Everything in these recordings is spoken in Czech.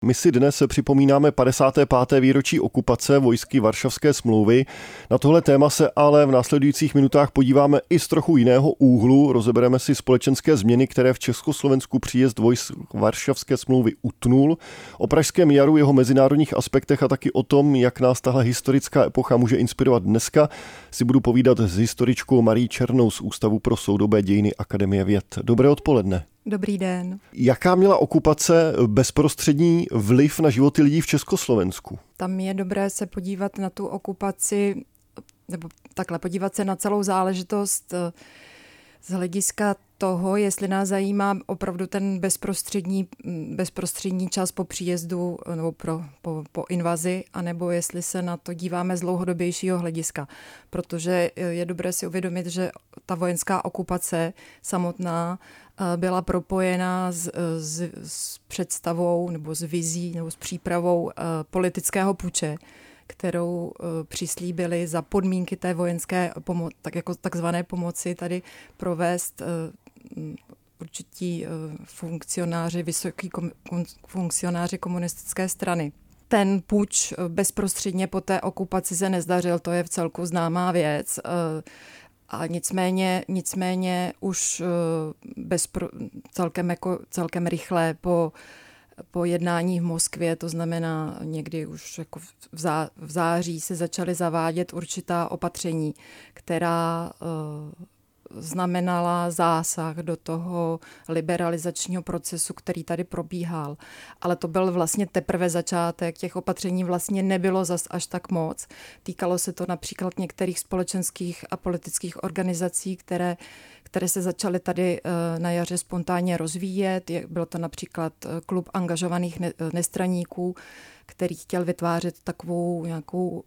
My si dnes připomínáme 55. výročí okupace vojsky Varšavské smlouvy. Na tohle téma se ale v následujících minutách podíváme i z trochu jiného úhlu. Rozebereme si společenské změny, které v Československu příjezd vojsk Varšavské smlouvy utnul, o Pražském jaru, jeho mezinárodních aspektech a taky o tom, jak nás tahle historická epocha může inspirovat dneska, si budu povídat s historičkou Marií Černou z Ústavu pro soudobé dějiny Akademie věd. Dobré odpoledne. Dobrý den. Jaká měla okupace bezprostřední vliv na životy lidí v Československu? Tam je dobré se podívat na tu okupaci, nebo takhle podívat se na celou záležitost z hlediska toho, jestli nás zajímá opravdu ten bezprostřední čas po příjezdu nebo po invazi, anebo jestli se na to díváme z dlouhodobějšího hlediska. Protože je dobré si uvědomit, že ta vojenská okupace samotná byla propojena s představou nebo s vizí nebo s přípravou politického puče, kterou přislíbili za podmínky té vojenské takzvané pomoci tady provést určití funkcionáři, vysoký funkcionáři komunistické strany. Ten puč bezprostředně po té okupaci se nezdařil, to je vcelku známá věc. A nicméně už celkem rychle po jednání v Moskvě, to znamená někdy už jako v září, se začaly zavádět určitá opatření, která znamenala zásah do toho liberalizačního procesu, který tady probíhal. Ale to byl vlastně teprve začátek, těch opatření vlastně nebylo zas až tak moc. Týkalo se to například některých společenských a politických organizací, které se začaly tady na jaře spontánně rozvíjet. Byl to například klub angažovaných nestraníků, který chtěl vytvářet takovou nějakou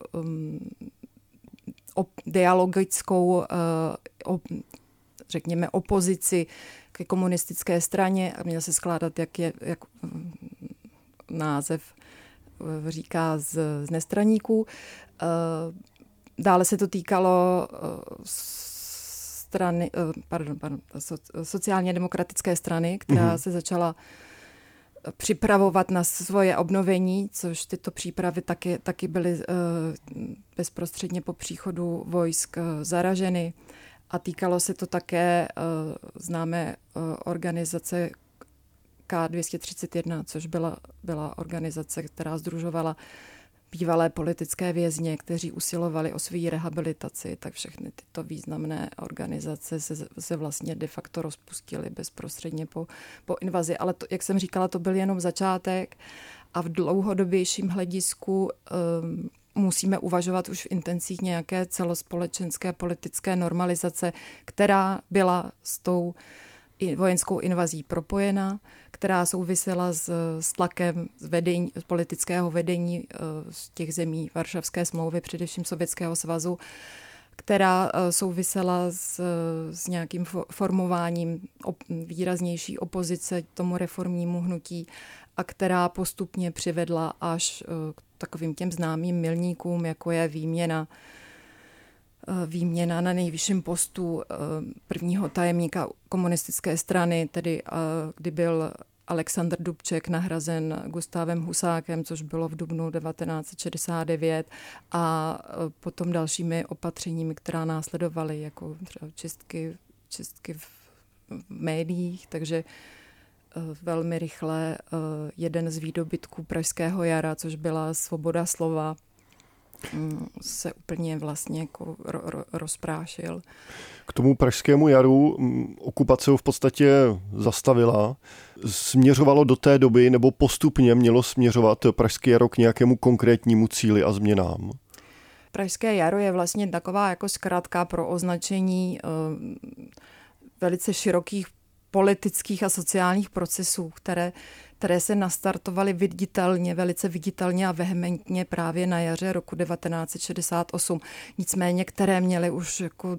dialogickou řekněme opozici ke komunistické straně a měl se skládat, jak název říká, z nestraníků. Dále se to týkalo sociálně demokratické strany, která se začala připravovat na svoje obnovení, což tyto přípravy taky byly bezprostředně po příchodu vojsk zaraženy. A týkalo se to také známé organizace K231, což byla organizace, která sdružovala bývalé politické vězně, kteří usilovali o svou rehabilitaci, tak všechny tyto významné organizace se vlastně de facto rozpustily bezprostředně po invazi. Ale to, jak jsem říkala, to byl jenom začátek a v dlouhodobějším hledisku musíme uvažovat už v intencích nějaké celospolečenské politické normalizace, která byla s tou vojenskou invazí propojena, která souvisela s tlakem z politického vedení z těch zemí Varšavské smlouvy, především Sovětského svazu, která souvisela s nějakým formováním výraznější opozice tomu reformnímu hnutí a která postupně přivedla až k takovým těm známým milníkům, jako je výměna na nejvyšším postu prvního tajemníka komunistické strany, tedy kdy byl Alexandr Dubček nahrazen Gustávem Husákem, což bylo v dubnu 1969 a potom dalšími opatřeními, která následovaly, jako třeba čistky v médiích, takže velmi rychle jeden z výdobytků Pražského jara, což byla svoboda slova, se úplně vlastně jako rozprášil. K tomu Pražskému jaru okupace ho v podstatě zastavila. Směřovalo do té doby, nebo postupně mělo směřovat Pražské jaro k nějakému konkrétnímu cíli a změnám? Pražské jaro je vlastně taková jako zkratka pro označení velice širokých politických a sociálních procesů, které se nastartovaly velice viditelně a vehementně právě na jaře roku 1968. Nicméně, které měly už jako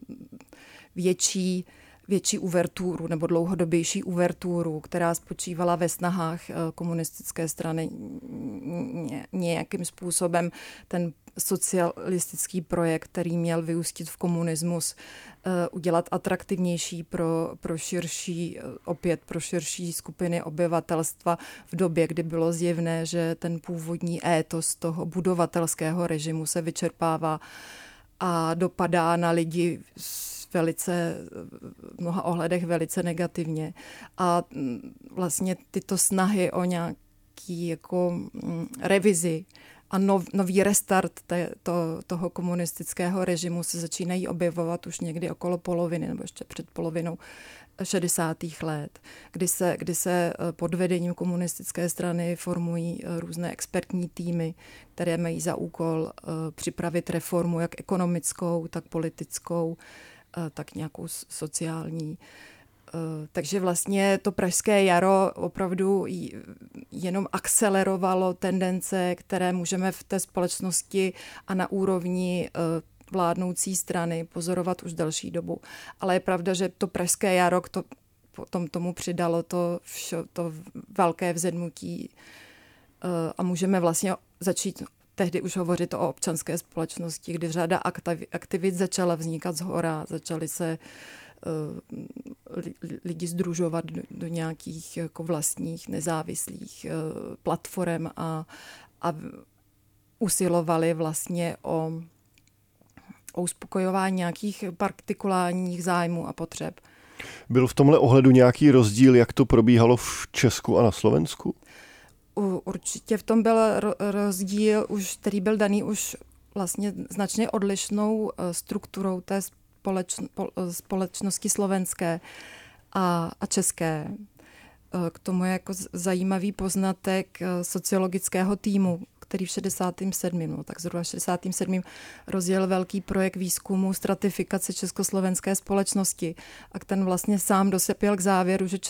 větší uverturu nebo dlouhodobější uverturu, která spočívala ve snahách komunistické strany nějakým způsobem ten socialistický projekt, který měl vyústit v komunismus, udělat atraktivnější pro širší skupiny obyvatelstva v době, kdy bylo zjevné, že ten původní étos toho budovatelského režimu se vyčerpává a dopadá na lidi v mnoha ohledech velice negativně. A vlastně tyto snahy o nějaký jako revizi a nový restart toho komunistického režimu se začínají objevovat už někdy okolo poloviny nebo ještě před polovinou 60. let, kdy se pod vedením komunistické strany formují různé expertní týmy, které mají za úkol připravit reformu jak ekonomickou, tak politickou, tak nějakou sociální. Takže vlastně to pražské jaro opravdu jenom akcelerovalo tendence, které můžeme v té společnosti a na úrovni vládnoucí strany pozorovat už delší dobu. Ale je pravda, že to pražské jaro potom tomu přidalo to velké vzedmutí a můžeme vlastně začít tehdy už hovořit o občanské společnosti, kdy řada aktivit začala vznikat zhora, začaly se lidi sdružovat do nějakých jako vlastních nezávislých platform a usilovali vlastně o uspokojování nějakých partikulárních zájmů a potřeb. Byl v tomhle ohledu nějaký rozdíl, jak to probíhalo v Česku a na Slovensku? Určitě v tom byl rozdíl, který byl daný už vlastně značně odlišnou strukturou té společnosti slovenské a české. K tomu je jako zajímavý poznatek sociologického týmu, který v 67. tak zhruba v 67. rozjel velký projekt výzkumu stratifikace československé společnosti a ten vlastně sám dospěl k závěru, že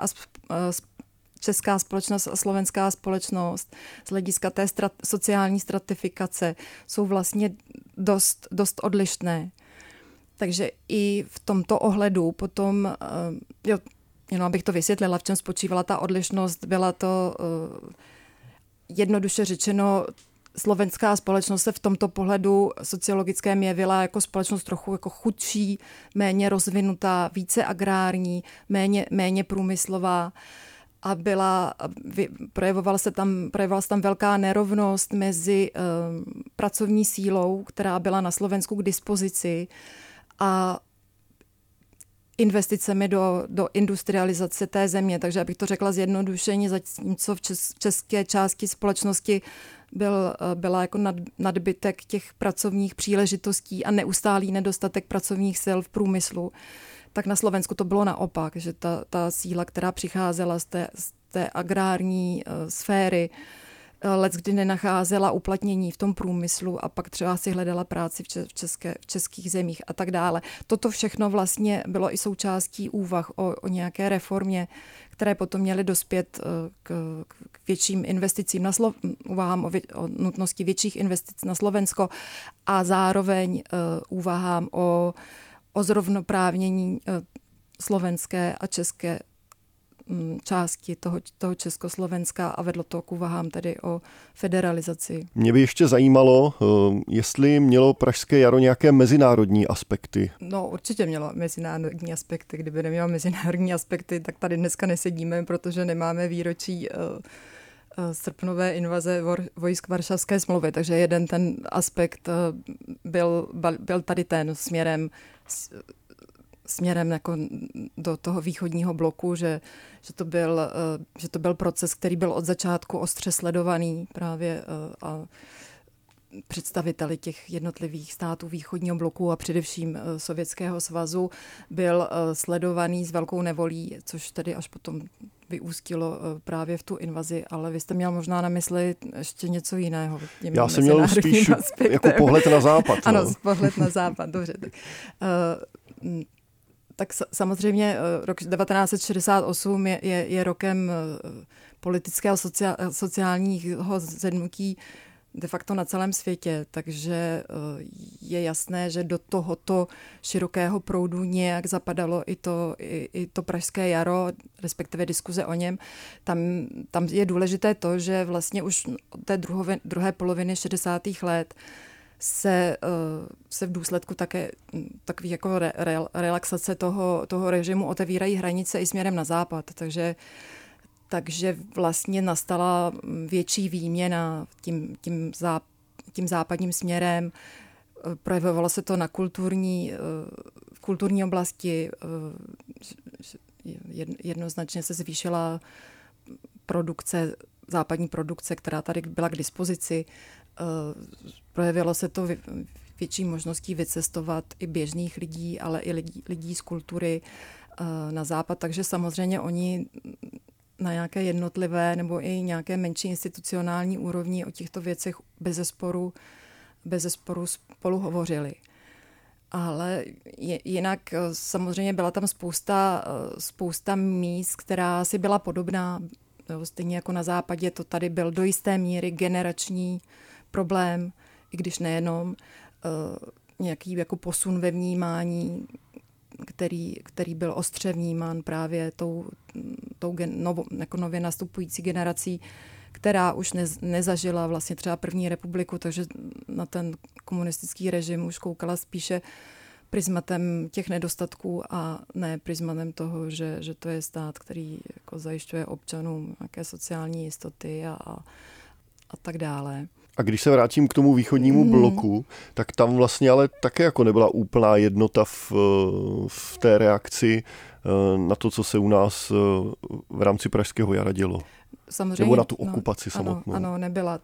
česká společnost a slovenská společnost z hlediska té sociální stratifikace jsou vlastně dost odlišné. Takže i v tomto ohledu potom, jenom abych to vysvětlila, v čem spočívala ta odlišnost, byla to jednoduše řečeno, slovenská společnost se v tomto pohledu sociologickém jevila jako společnost trochu jako chudší, méně rozvinutá, více agrární, méně průmyslová a projevovala se tam velká nerovnost mezi pracovní sílou, která byla na Slovensku k dispozici, a investicemi do industrializace té země. Takže abych to řekla zjednodušeně, zatímco v české části společnosti byla jako nadbytek těch pracovních příležitostí a neustálý nedostatek pracovních sil v průmyslu, tak na Slovensku to bylo naopak, že ta síla, která přicházela z té agrární sféry, leckdy nenacházela uplatnění v tom průmyslu a pak třeba si hledala práci v českých zemích a tak dále. Toto všechno vlastně bylo i součástí úvah o nějaké reformě, které potom měly dospět k větším investicím úvahám o nutnosti větších investic na Slovensko a zároveň úvahám o zrovnoprávnění slovenské a české části toho Československa a vedlo to k úvahám tedy o federalizaci. Mě by ještě zajímalo, jestli mělo pražské jaro nějaké mezinárodní aspekty. No určitě mělo mezinárodní aspekty. Kdyby nemělo mezinárodní aspekty, tak tady dneska nesedíme, protože nemáme výročí srpnové invaze vojsk Varšavské smlouvy. Takže jeden ten aspekt byl tady ten směrem jako do toho východního bloku, že to byl proces, který byl od začátku ostře sledovaný právě a představiteli těch jednotlivých států východního bloku a především Sovětského svazu byl sledovaný s velkou nevolí, což tedy až potom vyústilo právě v tu invazi, ale vy jste měl možná na mysli ještě něco jiného. Já jsem měl spíš jako pohled na západ. Ano, pohled na západ, dobře. Tak samozřejmě rok 1968 je rokem politického sociálního zednutí de facto na celém světě, takže je jasné, že do tohoto širokého proudu nějak zapadalo i to pražské jaro, respektive diskuze o něm. Tam je důležité to, že vlastně už od té druhé poloviny 60. let se v důsledku také takový jako relaxace toho režimu otevírají hranice i směrem na západ, takže vlastně nastala větší výměna tím západním směrem. Projevovalo se to na kulturní oblasti. Jednoznačně se zvýšila západní produkce, která tady byla k dispozici. Projevilo se to větší možností vycestovat i běžných lidí, ale i lidí z kultury na západ. Takže samozřejmě oni na nějaké jednotlivé nebo i nějaké menší institucionální úrovni o těchto věcech bezesporu spolu hovořili. Ale jinak samozřejmě byla tam spousta míst, která si byla podobná. Stejně jako na západě, to tady byl do jisté míry generační problém, i když nejenom nějaký jako posun ve vnímání, který byl ostře vnímán právě tou jako nově nastupující generací, která už nezažila vlastně třeba první republiku, takže na ten komunistický režim už koukala spíše prismatem těch nedostatků a ne prismatem toho, že to je stát, který jako zajišťuje občanům nějaké sociální jistoty a tak dále. A když se vrátím k tomu východnímu bloku, tak tam vlastně ale také jako nebyla úplná jednota v té reakci na to, co se u nás v rámci Pražského jara dělo. Samozřejmě, nebo na tu okupaci samotnou. Ano, nebyla.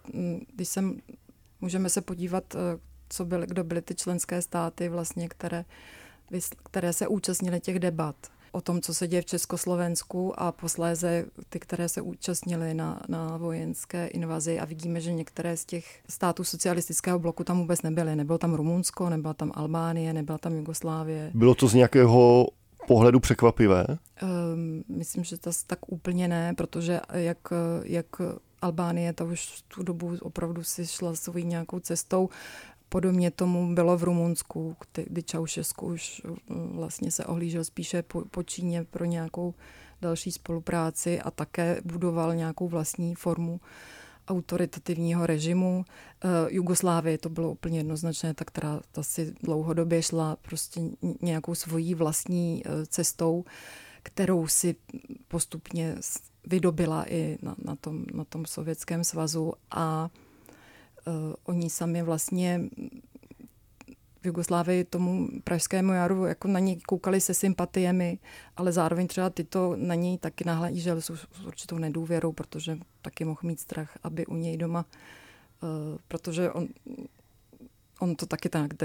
Můžeme se podívat, kdo byly ty členské státy, vlastně, které se účastnily těch debat o tom, co se děje v Československu a posléze ty, které se účastnily na vojenské invazi a vidíme, že některé z těch států socialistického bloku tam vůbec nebyly. Nebylo tam Rumunsko, nebyla tam Albánie, nebyla tam Jugoslávie. Bylo to z nějakého pohledu překvapivé? Myslím, že to tak úplně ne, protože jak Albánie, ta už v tu dobu opravdu si šla svou nějakou cestou. Podobně tomu bylo v Rumunsku, kdy Ceausescu už vlastně se ohlížel spíše po Číně pro nějakou další spolupráci a také budoval nějakou vlastní formu autoritativního režimu. Jugoslávie to bylo úplně jednoznačné, tak ta si dlouhodobě šla prostě nějakou svojí vlastní cestou, kterou si postupně vydobila i na tom Sovětském svazu a oni sami vlastně v Jugoslávii tomu pražskému jaru jako na něj koukali se sympatiemi, ale zároveň třeba tyto na něj taky nahlíželi s určitou nedůvěrou, protože taky mohl mít strach, aby u něj doma, protože on to taky tak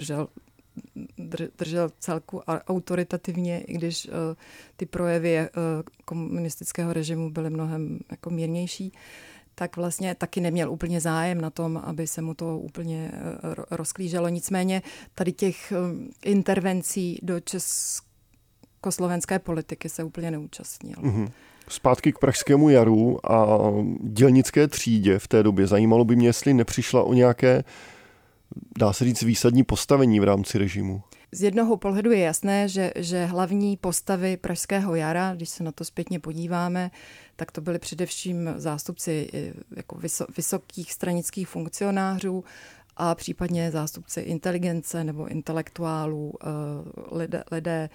držel celku autoritativně, i když ty projevy komunistického režimu byly mnohem jako mírnější, tak vlastně taky neměl úplně zájem na tom, aby se mu to úplně rozklíželo. Nicméně tady těch intervencí do československé politiky se úplně neúčastnil. Zpátky k pražskému jaru a dělnické třídě v té době. Zajímalo by mě, jestli nepřišla o nějaké, dá se říct, výsadní postavení v rámci režimu. Z jednoho pohledu je jasné, že hlavní postavy pražského jara, když se na to zpětně podíváme, tak to byli především zástupci jako vysokých stranických funkcionářů a případně zástupci inteligence nebo intelektuálů, lidé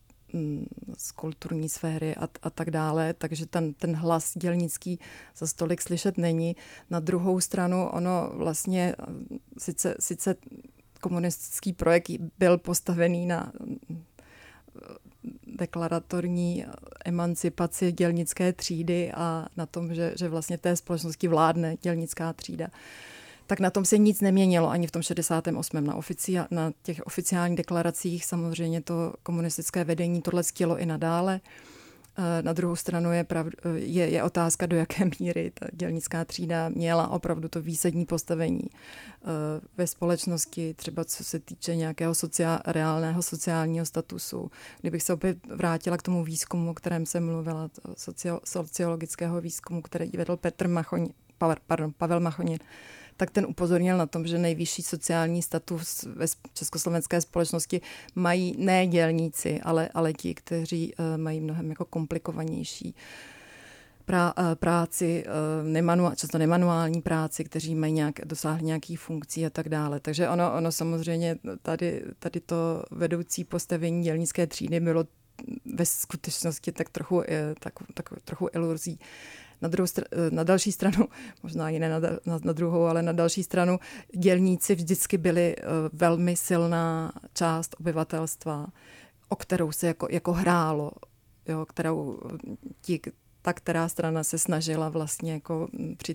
z kulturní sféry a tak dále, takže ten hlas dělnický za stolik slyšet není. Na druhou stranu ono vlastně sice komunistický projekt byl postavený na deklaratorní emancipaci dělnické třídy a na tom, že vlastně té společnosti vládne dělnická třída. Tak na tom se nic neměnilo ani v tom 68. Na těch oficiálních deklaracích samozřejmě to komunistické vedení tohle chtělo i nadále. Na druhou stranu je otázka, do jaké míry ta dělnická třída měla opravdu to výsadní postavení ve společnosti, třeba co se týče nějakého reálného sociálního statusu. Kdybych se opět vrátila k tomu výzkumu, o kterém jsem mluvila, sociologického výzkumu, který vedl Pavel Machonin, tak ten upozornil na tom, že nejvyšší sociální status ve československé společnosti mají ne dělníci, ale ti, kteří mají mnohem jako komplikovanější práci, často nemanuální práci, kteří mají dosáhli nějakých funkcí a tak dále. Takže ono samozřejmě tady to vedoucí postavení dělnické třídy bylo ve skutečnosti tak trochu iluzí. Na další stranu, možná i ne na druhou, ale na další stranu, dělníci vždycky byli velmi silná část obyvatelstva, o kterou se jako hrálo, jo, ta která strana se snažila vlastně jako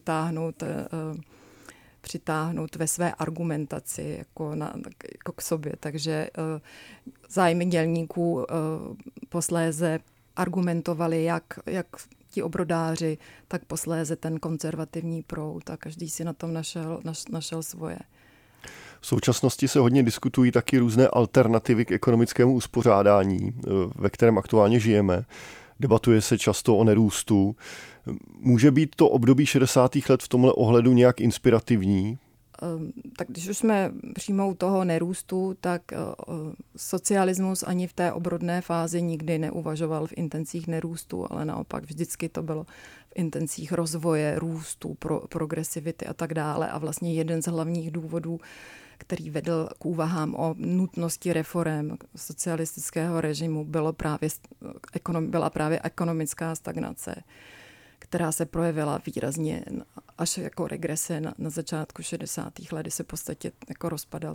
přitáhnout ve své argumentaci jako k sobě. Takže zájmy dělníků posléze argumentovali jak ti obrodáři, tak posléze ten konzervativní proud a každý si na tom našel svoje. V současnosti se hodně diskutují taky různé alternativy k ekonomickému uspořádání, ve kterém aktuálně žijeme. Debatuje se často o nerůstu. Může být to období 60. let v tomhle ohledu nějak inspirativní? Tak když už jsme přímou toho nerůstu, tak socialismus ani v té obrodné fázi nikdy neuvažoval v intencích nerůstu, ale naopak vždycky to bylo v intencích rozvoje, růstu, progresivity a tak dále. A vlastně jeden z hlavních důvodů, který vedl k úvahám o nutnosti reforem socialistického režimu, byla právě ekonomická stagnace, která se projevila výrazně až jako regrese na začátku 60. let, kdy se v podstatě jako rozpadal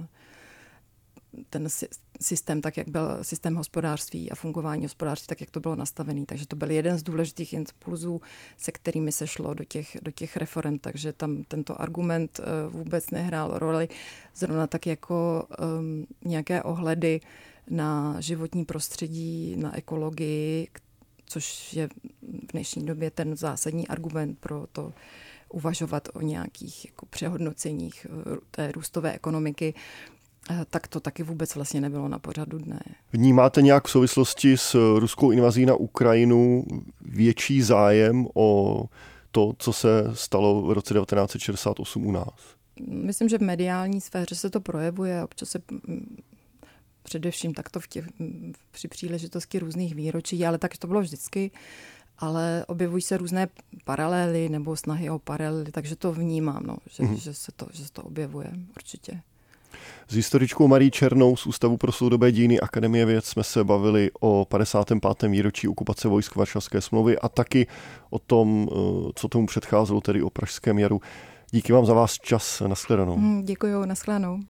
ten systém, tak jak byl systém hospodářství a fungování hospodářství, tak jak to bylo nastavený. Takže to byl jeden z důležitých impulzů, se kterými se šlo do těch reform, takže tam tento argument vůbec nehrál roli. Zrovna tak jako nějaké ohledy na životní prostředí, na ekologii, což je v dnešní době ten zásadní argument pro to uvažovat o nějakých jako přehodnoceních té růstové ekonomiky, tak to taky vůbec vlastně nebylo na pořadu dne. Vnímáte nějak v souvislosti s ruskou invazí na Ukrajinu větší zájem o to, co se stalo v roce 1968 u nás? Myslím, že v mediální sféře se to projevuje, občas se především takto při příležitosti různých výročí, ale tak to bylo vždycky, ale objevují se různé paralely nebo snahy o paralely, takže to vnímám, že se to objevuje určitě. S historičkou Marí Černou z Ústavu pro soudobé dějiny Akademie věd jsme se bavili o 55. výročí okupace vojsk Varšavské smlouvy a taky o tom, co tomu předcházelo, tedy o Pražském jaru. Díky vám za váš čas, nashledanou. Děkuju, nashledanou.